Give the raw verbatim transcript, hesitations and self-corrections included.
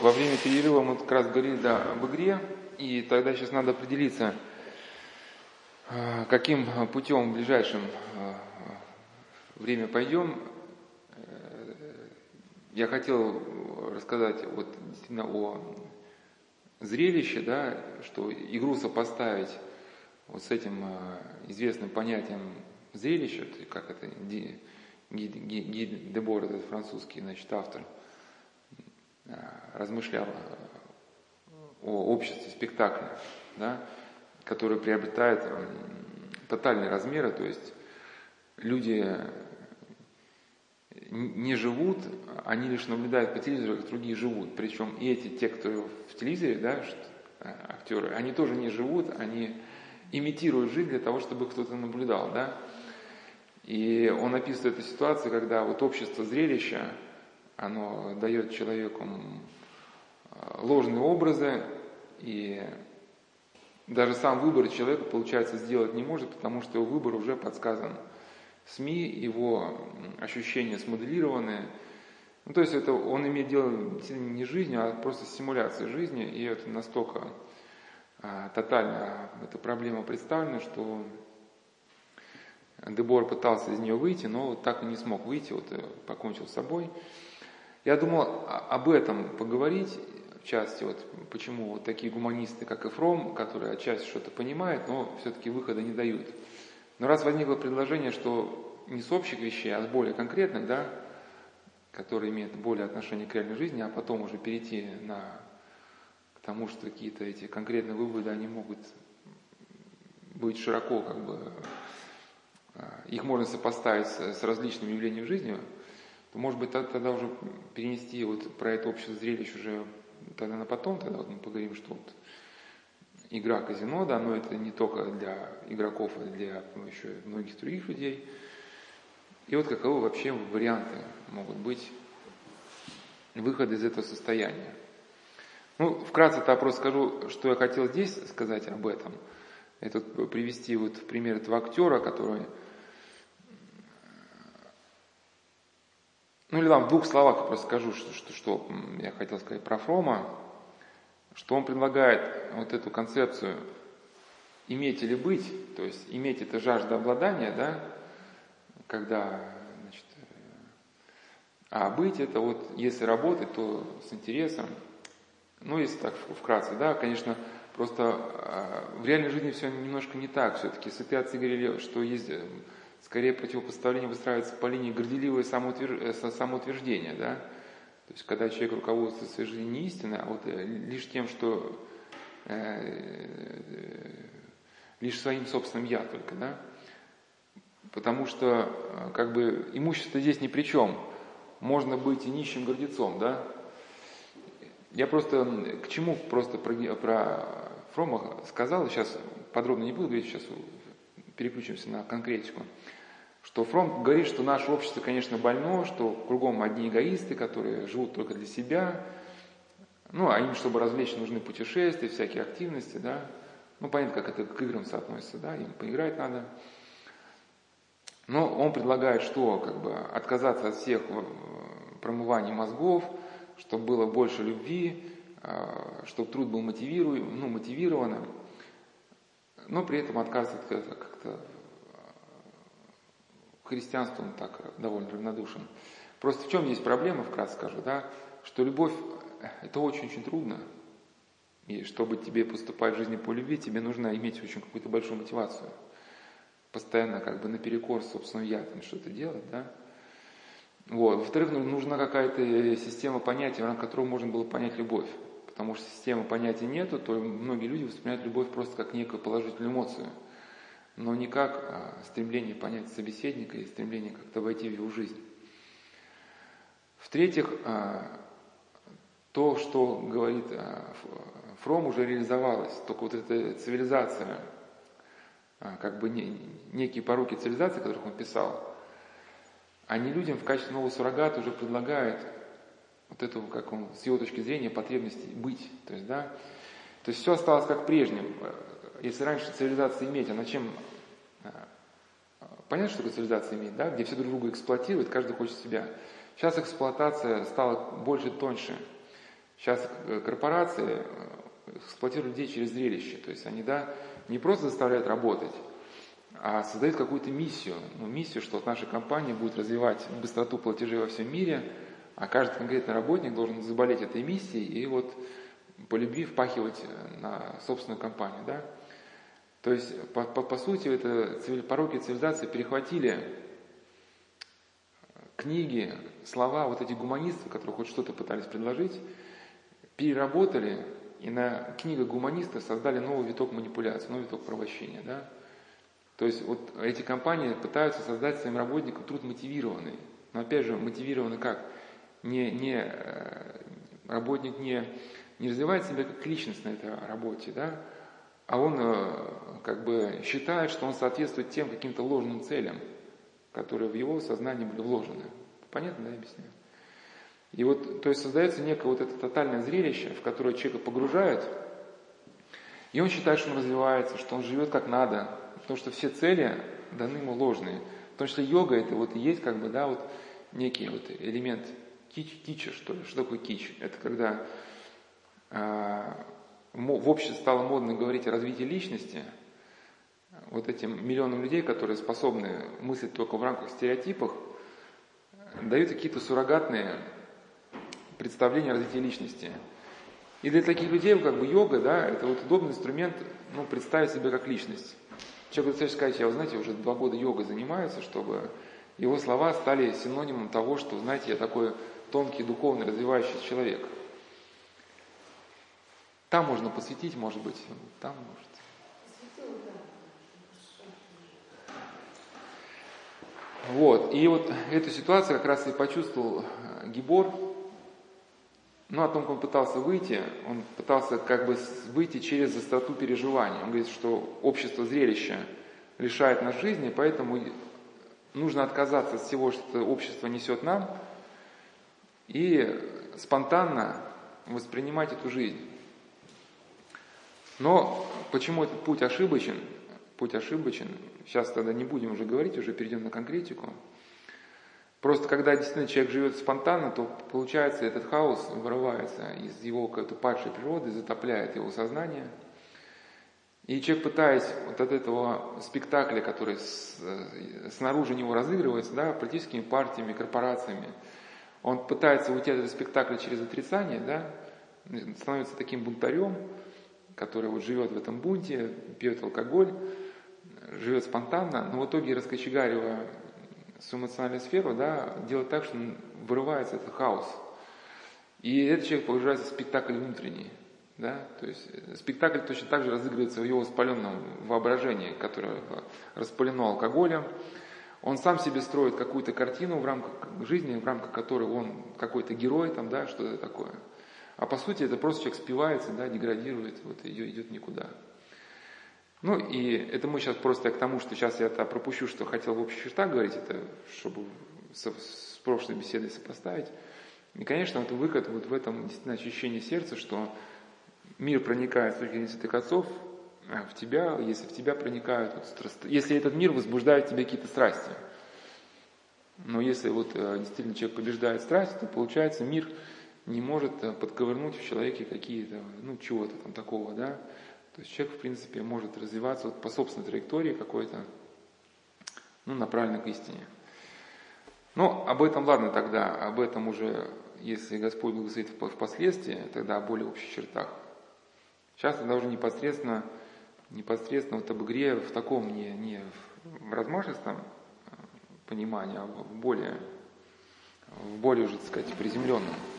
Во время перерыва мы как раз говорили, да, об игре, и тогда сейчас надо определиться, каким путем в ближайшем время пойдем. Я хотел рассказать вот действительно о зрелище, да, что игру сопоставить вот с этим известным понятием зрелища, как это Ги, Ги, Ги Дебор, этот французский, значит, автор, размышлял о обществе спектакля, да, который приобретает тотальные размеры, то есть люди не живут, они лишь наблюдают по телевизору, как другие живут. Причем и эти, те, кто в телевизоре, да, актеры, они тоже не живут, они имитируют жизнь для того, чтобы кто-то наблюдал, да. И он описывает эту ситуацию, когда вот общество зрелища, оно дает человеку ложные образы, и даже сам выбор человека, получается, сделать не может, потому что его выбор уже подсказан СМИ, его ощущения смоделированы. Ну, то есть это он имеет дело не с жизнью, а просто с симуляцией жизни, и это настолько а, тотально эта проблема представлена, что Дебор пытался из нее выйти, но так и не смог выйти, вот покончил с собой. Я думал об этом поговорить, в частности, вот почему вот такие гуманисты, как и Фром, которые отчасти что-то понимают, но все-таки выхода не дают. Но раз возникло предложение, что не с общих вещей, а с более конкретных, да, которые имеют более отношение к реальной жизни, а потом уже перейти на, к тому, что какие-то эти конкретные выводы, они могут быть широко, как бы, их можно сопоставить с, с различными явлениями жизни, то, может быть, тогда уже перенести вот про это общее зрелище уже тогда на потом, тогда вот мы поговорим, что вот игра казино, да, но это не только для игроков, а для еще многих других людей. И вот каковы вообще варианты могут быть выхода из этого состояния. Ну, вкратце-то просто скажу, что я хотел здесь сказать об этом. Это привести вот в пример этого актера, который... Ну или там в двух словах я просто скажу, что, что, что я хотел сказать про Фрома, что он предлагает вот эту концепцию иметь или быть, то есть иметь это жажда обладания, да, когда, значит, а быть это вот, если работать, то с интересом. Ну, если так вкратце, да, конечно, просто в реальной жизни все немножко не так все-таки. Святые говорили, что есть скорее противопоставление выстраивается по линии горделивое самоутверждение, да. То есть, когда человек руководствуется своей жизнью не истиной, а вот лишь тем, что э, лишь своим собственным я только, да. Потому что, как бы, имущество здесь ни при чем. Можно быть и нищим гордецом, да. Я просто к чему просто про, про Фрома сказал, сейчас подробно не буду говорить, сейчас переключимся на конкретику, что Фром говорит, что наше общество, конечно, больно, что кругом одни эгоисты, которые живут только для себя, ну, а им, чтобы развлечь, нужны путешествия, всякие активности, да, ну, понятно, как это к играм соотносится, да, им поиграть надо. Но он предлагает, что, как бы, отказаться от всех промываний мозгов, чтобы было больше любви, чтобы труд был мотивируем, ну, мотивированным, но при этом отказываться как-то к христианству он так довольно равнодушен. Просто в чем здесь проблема, вкратце скажу, да, что любовь – это очень-очень трудно. И чтобы тебе поступать в жизни по любви, тебе нужно иметь очень какую-то большую мотивацию. Постоянно как бы наперекор собственному я что-то делать, да. Вот. Во-вторых, нужна какая-то система понятий, на которой можно было понять любовь. Потому что системы понятий нету, то многие люди воспринимают любовь просто как некую положительную эмоцию, но не как а, стремление понять собеседника и стремление как-то войти в его жизнь. В-третьих, а, то, что говорит а, Фром, уже реализовалось. Только вот эта цивилизация, а, как бы не, некие пороки цивилизации, о которых он писал, они людям в качестве нового суррогата уже предлагают вот эту, как он, с его точки зрения, потребность быть. То есть, да, то есть все осталось как прежним. Если раньше цивилизация иметь, она чем... Понятно, что такое цивилизация иметь, да? Где все друг друга эксплуатируют, каждый хочет себя. Сейчас эксплуатация стала больше, тоньше. Сейчас корпорации эксплуатируют людей через зрелище. То есть они, да, не просто заставляют работать, а создают какую-то миссию. Ну, миссию, что вот наша компания будет развивать быстроту платежей во всем мире, а каждый конкретный работник должен заболеть этой миссией и вот по любви впахивать на собственную компанию. Да? То есть, по, по, по сути, это пороки цивилизации перехватили книги, слова вот этих гуманистов, которые хоть что-то пытались предложить, переработали и на книгах гуманистов создали новый виток манипуляции, новый виток порабощения. Да? То есть вот эти компании пытаются создать своим работникам труд мотивированный. Но опять же, мотивированы как? Не, не, работник не, не развивает себя как личность на этой работе, да? А он как бы считает, что он соответствует тем каким-то ложным целям, которые в его сознании были вложены. Понятно, да, я объясняю? И вот, то есть создается некое вот это тотальное зрелище, в которое человека погружают, и он считает, что он развивается, что он живет как надо, потому что все цели даны ему ложные. Потому что йога это вот и есть как бы, да, вот некий вот элемент кич, кича, что ли. Что такое кич? Это когда э, в обществе стало модно говорить о развитии личности, вот этим миллионам людей, которые способны мыслить только в рамках стереотипов, дают какие-то суррогатные представления о развитии личности. И для таких людей как бы йога, да, это вот удобный инструмент, ну, представить себя как личность. Человек хочет сказать, я, вы знаете, уже два года йогой занимается, чтобы его слова стали синонимом того, что, знаете, я такой тонкий, духовный, развивающийся человек. Там можно посвятить, может быть, там может. Вот, и вот эту ситуацию как раз и почувствовал Гибор. Ну, о том, как он пытался выйти, он пытался как бы выйти через остроту переживания. Он говорит, что общество зрелища лишает нас жизни, поэтому нужно отказаться от всего, что общество несет нам, и спонтанно воспринимать эту жизнь. Но почему этот путь ошибочен? Путь ошибочен. Сейчас тогда не будем уже говорить, уже перейдем на конкретику. Просто когда действительно человек живет спонтанно, то получается этот хаос вырывается из его какой-то падшей природы, затопляет его сознание. И человек, пытаясь вот от этого спектакля, который с, снаружи него разыгрывается, да, политическими партиями, корпорациями, он пытается уйти от этого спектакля через отрицание, да, становится таким бунтарем, который вот живет в этом бунте, пьет алкоголь, живет спонтанно, но в итоге, раскочегаривая свою эмоциональную сферу, да, делает так, что вырывается этот хаос. И этот человек погружается в спектакль внутренний. Да? То есть спектакль точно так же разыгрывается в его воспаленном воображении, которое распалено алкоголем. Он сам себе строит какую-то картину в рамках жизни, в рамках которой он какой-то герой, там, да, что-то такое. А по сути это просто человек спивается, да, деградирует, вот, идет, идет никуда. Ну и это мы сейчас просто к тому, что сейчас я это пропущу, что хотел в общих чертах говорить, это чтобы с, с прошлой беседой сопоставить. И, конечно, вот выход вот в этом действительно ощущении сердца, что мир проникает с точки зрения святых отцов в тебя, если в тебя проникают, вот, страсти, если этот мир возбуждает в тебе какие-то страсти. Но если вот действительно человек побеждает страсть, то получается мир не может подковырнуть в человеке какие-то, ну чего-то там такого, да. То есть человек, в принципе, может развиваться вот по собственной траектории какой-то, ну, направленной к истине. Но об этом, ладно, тогда, об этом уже, если Господь благословит впоследствии, тогда о более общих чертах. Сейчас тогда уже непосредственно, непосредственно вот об игре в таком, не, не в размашистом понимании, а в более, в более уже, так сказать, приземленном.